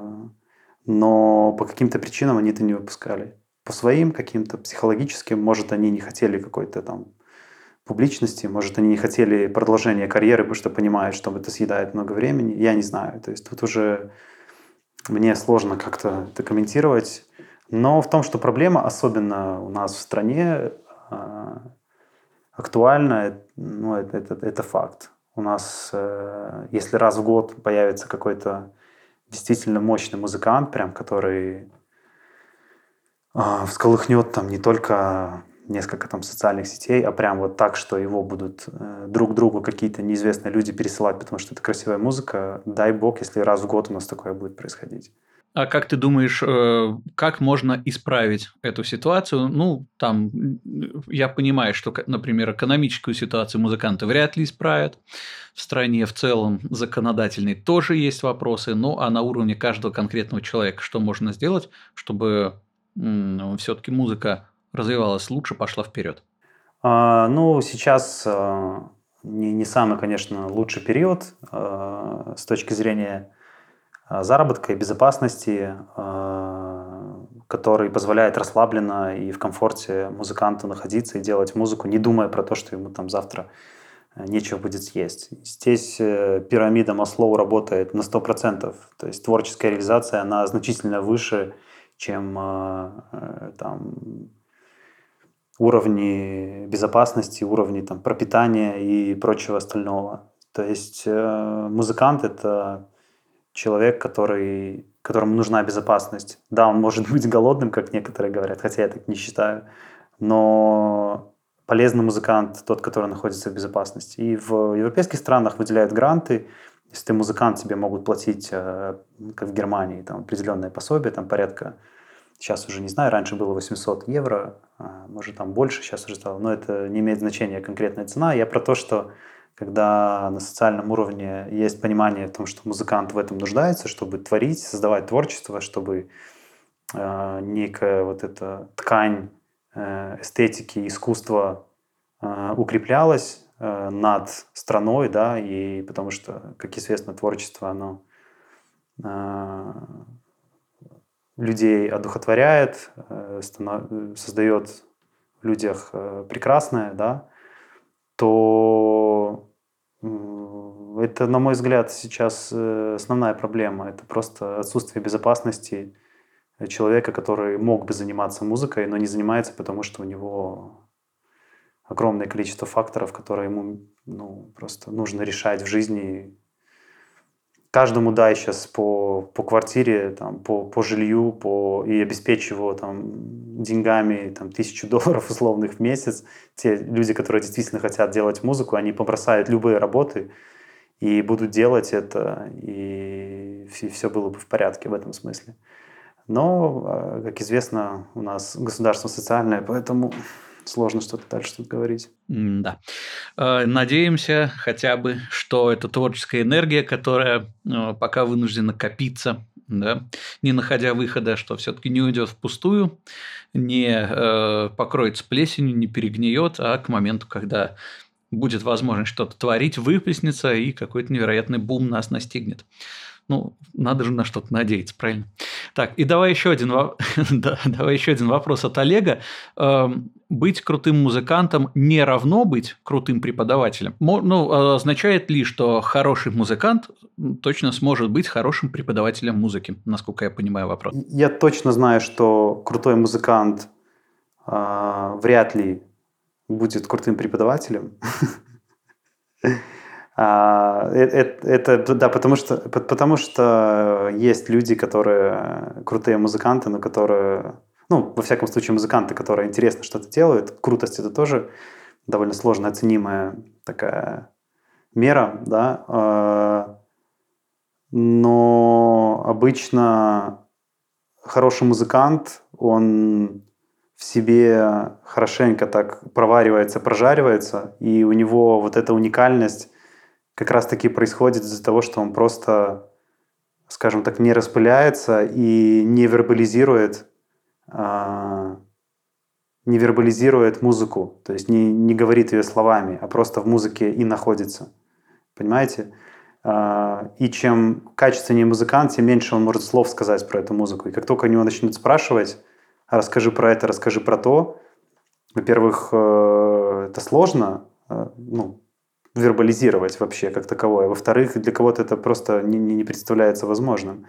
Но по каким-то причинам они это не выпускали. По своим каким-то психологическим, может, они не хотели какой-то там публичности, может, они не хотели продолжения карьеры, потому что понимают, что это съедает много времени. Я не знаю. То есть тут уже мне сложно как-то это комментировать. Но в том, что проблема, особенно у нас в стране, актуальна, ну, это факт. У нас, если раз в год появится какой-то действительно мощный музыкант, прям, который всколыхнет там не только несколько там социальных сетей, а прям вот так, что его будут друг другу какие-то неизвестные люди пересылать, потому что это красивая музыка. Дай бог, если раз в год у нас такое будет происходить.
А как ты думаешь, как можно исправить эту ситуацию? Ну, там, я понимаю, что, например, экономическую ситуацию музыканты вряд ли исправят. В стране в целом законодательной тоже есть вопросы. Ну, а на уровне каждого конкретного человека что можно сделать, чтобы все-таки музыка развивалась лучше, пошла вперед?
Ну, сейчас не самый, конечно, лучший период с точки зрения заработка и безопасности, который позволяет расслабленно и в комфорте музыканту находиться и делать музыку, не думая про то, что ему там завтра нечего будет съесть. Здесь пирамида Маслоу работает на 100%. То есть творческая реализация, она значительно выше, чем там уровни безопасности, уровни там пропитания и прочего остального. То есть музыкант — это человек, которому нужна безопасность. Да, он может быть голодным, как некоторые говорят, хотя я так не считаю, но полезный музыкант тот, который находится в безопасности. И в европейских странах выделяют гранты. Если ты музыкант, тебе могут платить, как в Германии, там определенное пособие, там порядка, сейчас уже не знаю, раньше было 800 евро, может там больше, сейчас уже стало, но это не имеет значения конкретная цена. Я про то, что когда на социальном уровне есть понимание о том, что музыкант в этом нуждается, чтобы творить, создавать творчество, чтобы некая вот эта ткань эстетики, искусства укреплялась над страной, да, и потому что, как известно, творчество, оно людей одухотворяет, создает в людях прекрасное, да, то это, на мой взгляд, сейчас основная проблема. Это просто отсутствие безопасности человека, который мог бы заниматься музыкой, но не занимается, потому что у него огромное количество факторов, которые ему просто нужно решать в жизни. Каждому дай сейчас по квартире, там, по жилью, и обеспечь его там, деньгами там, $1000 условных в месяц. Те люди, которые действительно хотят делать музыку, они побросают любые работы и будут делать это, и все было бы в порядке в этом смысле. Но, как известно, у нас государство социальное, поэтому сложно что-то дальше тут говорить.
Да. Надеемся хотя бы, что эта творческая энергия, которая пока вынуждена копиться, да, не находя выхода, что все-таки не уйдет впустую, не покроется плесенью, не перегниет, а к моменту, когда будет возможность что-то творить, выплеснется, и какой-то невероятный бум нас настигнет. Ну, надо же на что-то надеяться, правильно? Так, и давай еще один, давай еще один вопрос от Олега. Быть крутым музыкантом не равно быть крутым преподавателем? Ну, означает ли, что хороший музыкант точно сможет быть хорошим преподавателем музыки, насколько я понимаю вопрос?
Я точно знаю, что крутой музыкант вряд ли будет крутым преподавателем. Это да, потому что есть люди, которые крутые музыканты, но которые, ну, во всяком случае, музыканты, которые интересно что-то делают. Крутость — это тоже довольно сложно оценимая такая мера, да. Но обычно хороший музыкант, он в себе хорошенько так проваривается, прожаривается, и у него вот эта уникальность как раз-таки происходит из-за того, что он просто, скажем так, не распыляется и не вербализирует музыку, то есть не говорит ее словами, а просто в музыке и находится. Понимаете? И чем качественнее музыкант, тем меньше он может слов сказать про эту музыку. И как только у него начнут спрашивать: расскажи про это, расскажи про то, во-первых, это сложно, ну, вербализировать вообще как таковое. Во-вторых, для кого-то это просто не представляется возможным.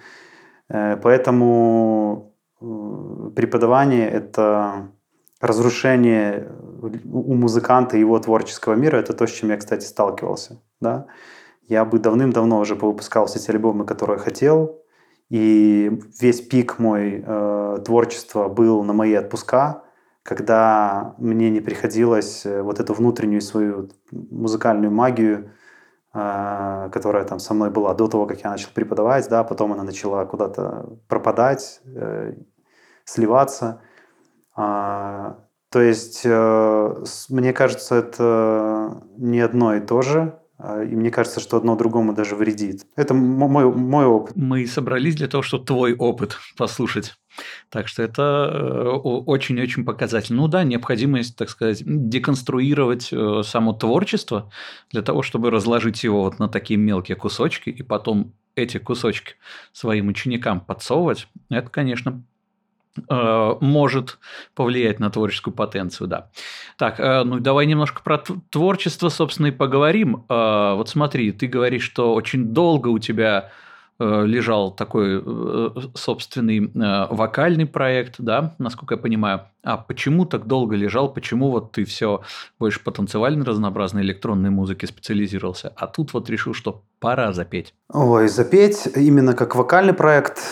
Поэтому преподавание — это разрушение у музыканта его творческого мира. Это то, с чем я, кстати, сталкивался. Да? Я бы давным-давно уже повыпускал все те альбомы, которые хотел, и весь пик мой творчества был на мои отпуска, когда мне не приходилось вот эту внутреннюю свою музыкальную магию, которая там со мной была до того, как я начал преподавать, да, потом она начала куда-то пропадать, сливаться. То есть, мне кажется, это не одно и то же, и мне кажется, что одно другому даже вредит. Это мой опыт.
Мы собрались для того, чтобы твой опыт послушать. Так что это очень-очень показательно. Ну да, необходимость, так сказать, деконструировать само творчество для того, чтобы разложить его вот на такие мелкие кусочки и потом эти кусочки своим ученикам подсовывать. Это, конечно, может повлиять на творческую потенцию, да. Так, ну давай немножко про творчество, собственно, и поговорим. Вот смотри, ты говоришь, что очень долго у тебя лежал такой собственный вокальный проект, да, насколько я понимаю. А почему так долго лежал? Почему вот ты все больше по танцевальной разнообразной электронной музыке специализировался, а тут вот решил, что пора запеть?
Ой, запеть именно как вокальный проект.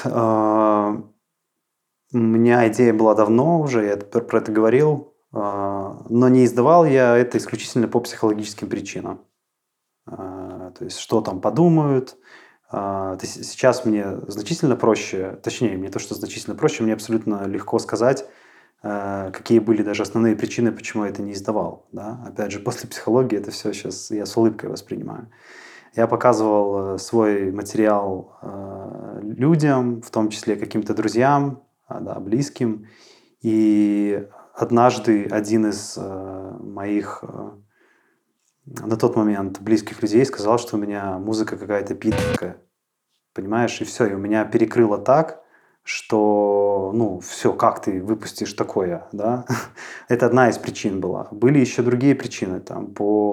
У меня идея была давно уже, я про это говорил, но не издавал я это исключительно по психологическим причинам. То есть, что там подумают. Сейчас мне значительно проще, точнее, не то, что значительно проще, мне абсолютно легко сказать, какие были даже основные причины, почему я это не издавал. Да? Опять же, после психологии это все сейчас я с улыбкой воспринимаю. Я показывал свой материал людям, в том числе каким-то друзьям, да, близким. И однажды один из моих на тот момент близких людей сказал, что у меня музыка какая-то пидорская. Понимаешь? И все. И у меня перекрыло так, что, ну, все, как ты выпустишь такое, да? Это одна из причин была. Были еще другие причины, там,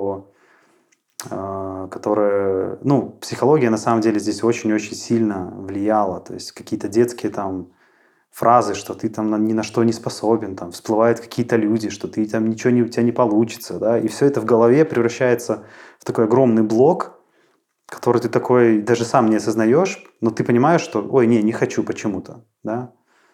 которые... Ну, психология, на самом деле, здесь очень-очень сильно влияла. То есть какие-то детские там фразы, что ты там ни на что не способен, там всплывают какие-то люди, что ты там ничего у тебя не получится, да, и все это в голове превращается в такой огромный блок, который ты такой даже сам не осознаешь, но ты понимаешь, что, ой, не хочу почему-то, да.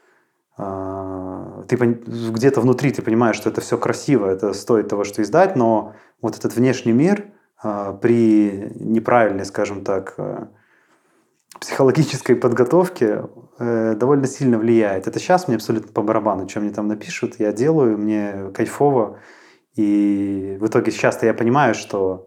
Ты где-то внутри ты понимаешь, что это все красиво, это стоит того, что издать, но вот этот внешний мир при неправильной, скажем так, психологической подготовке довольно сильно влияет. Это сейчас мне абсолютно по барабану, что мне там напишут, я делаю, мне кайфово. И в итоге сейчас-то я понимаю, что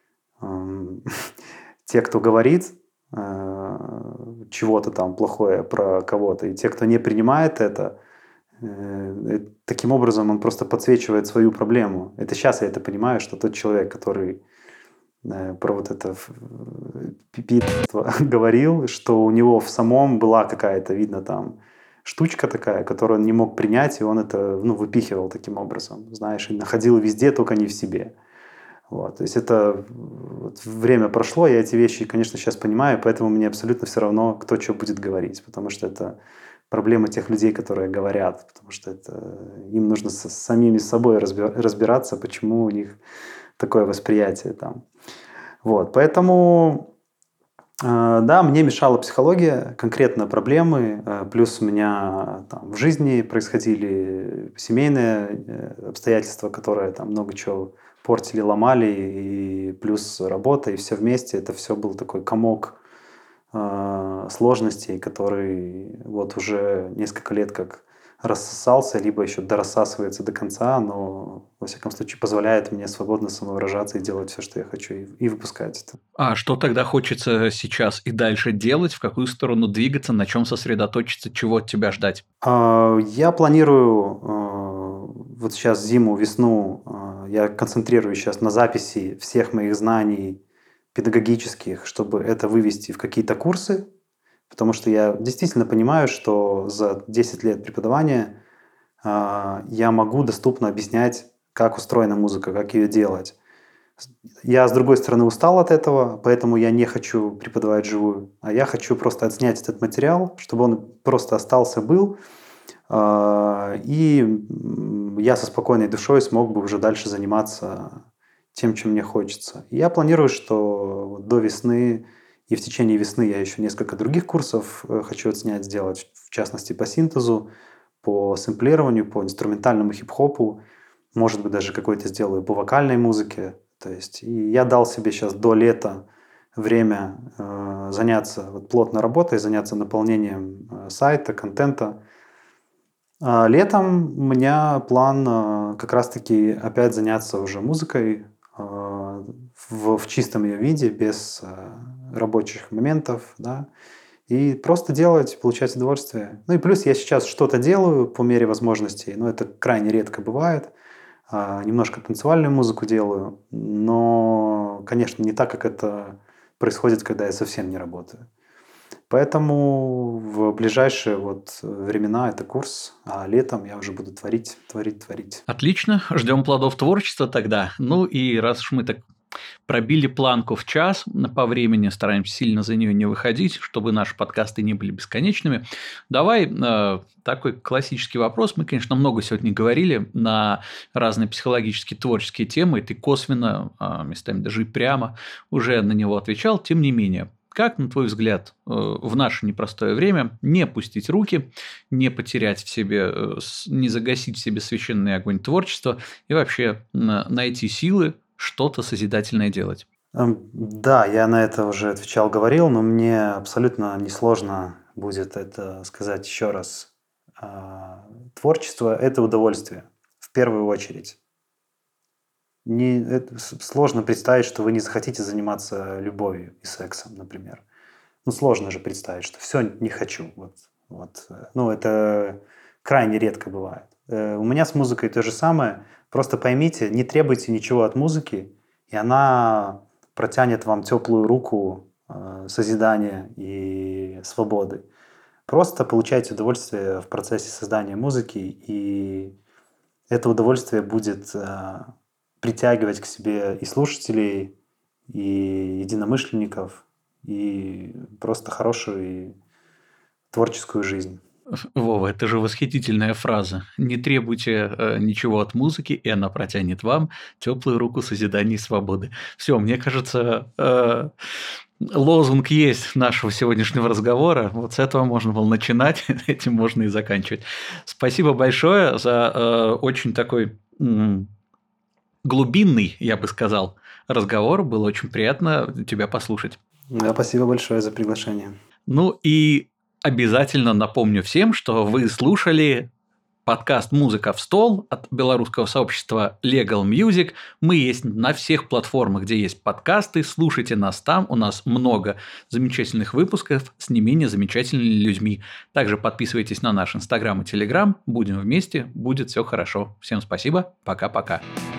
те, кто говорит чего-то там плохое про кого-то, и те, кто не принимает это, Таким образом он просто подсвечивает свою проблему. Это сейчас я это понимаю, что тот человек, который про вот это пипитство говорил, что у него в самом была какая-то, видно, там штучка такая, которую он не мог принять, и он это, выпихивал таким образом, знаешь, и находил везде, только не в себе. Вот. То есть это время прошло, я эти вещи, конечно, сейчас понимаю, поэтому мне абсолютно все равно, кто что будет говорить, потому что это проблема тех людей, которые говорят, потому что им нужно с самими собой разбираться, почему у них такое восприятие там. Вот, поэтому, да, мне мешала психология, конкретно проблемы, плюс у меня там в жизни происходили семейные обстоятельства, которые там много чего портили, ломали, и плюс работа, и все вместе, это все был такой комок сложностей, который вот уже несколько лет как рассосался, либо еще дорассасывается до конца, но, во всяком случае, позволяет мне свободно самовыражаться и делать все, что я хочу, и выпускать это.
А что тогда хочется сейчас и дальше делать? В какую сторону двигаться? На чем сосредоточиться? Чего от тебя ждать?
Я планирую вот сейчас зиму, весну, я концентрируюсь сейчас на записи всех моих знаний педагогических, чтобы это вывести в какие-то курсы, потому что я действительно понимаю, что за 10 лет преподавания я могу доступно объяснять, как устроена музыка, как ее делать. Я, с другой стороны, устал от этого, поэтому я не хочу преподавать живую, а я хочу просто отснять этот материал, чтобы он просто остался, был, и я со спокойной душой смог бы уже дальше заниматься тем, чем мне хочется. И я планирую, что до весны и в течение весны я еще несколько других курсов хочу отснять, сделать, в частности, по синтезу, по сэмплированию, по инструментальному хип-хопу, может быть, даже какой-то сделаю по вокальной музыке. То есть и я дал себе сейчас до лета время заняться плотно работой, заняться наполнением сайта, контента. А летом у меня план как раз-таки опять заняться уже музыкой в чистом ее виде, без рабочих моментов, да, и просто делать, получать удовольствие. Ну и плюс я сейчас что-то делаю по мере возможностей, но это крайне редко бывает. Немножко танцевальную музыку делаю, но, конечно, не так, как это происходит, когда я совсем не работаю. Поэтому в ближайшие времена это курс, а летом я уже буду творить.
Отлично, ждем плодов творчества тогда. Ну и раз уж мы так пробили планку в час по времени, стараемся сильно за нее не выходить, чтобы наши подкасты не были бесконечными. Давай такой классический вопрос. Мы, конечно, много сегодня говорили на разные психологические, творческие темы, и ты косвенно, местами даже и прямо уже на него отвечал. Тем не менее, как, на твой взгляд, в наше непростое время не пустить руки, не потерять в себе, не загасить в себе священный огонь творчества и вообще найти силы что-то созидательное делать?
Да, я на это уже отвечал, говорил, но мне абсолютно несложно будет это сказать еще раз. Творчество – это удовольствие, в первую очередь. Сложно представить, что вы не захотите заниматься любовью и сексом, например. Сложно же представить, что все не хочу. Это крайне редко бывает. У меня с музыкой то же самое. Просто поймите, не требуйте ничего от музыки, и она протянет вам теплую руку созидания и свободы. Просто получайте удовольствие в процессе создания музыки, и это удовольствие будет притягивать к себе и слушателей, и единомышленников, и просто хорошую и творческую жизнь.
Вова, это же восхитительная фраза. Не требуйте ничего от музыки, и она протянет вам теплую руку созидания и свободы. Все, мне кажется, лозунг есть нашего сегодняшнего разговора. Вот с этого можно было начинать, этим можно и заканчивать. Спасибо большое за очень такой глубинный, я бы сказал, разговор. Было очень приятно тебя послушать.
Да, спасибо большое за приглашение.
Ну и обязательно напомню всем, что вы слушали подкаст «Музыка в стол» от белорусского сообщества Legal Music. Мы есть на всех платформах, где есть подкасты. Слушайте нас там. У нас много замечательных выпусков с не менее замечательными людьми. Также подписывайтесь на наш Инстаграм и Телеграм. Будем вместе, будет все хорошо. Всем спасибо. Пока-пока.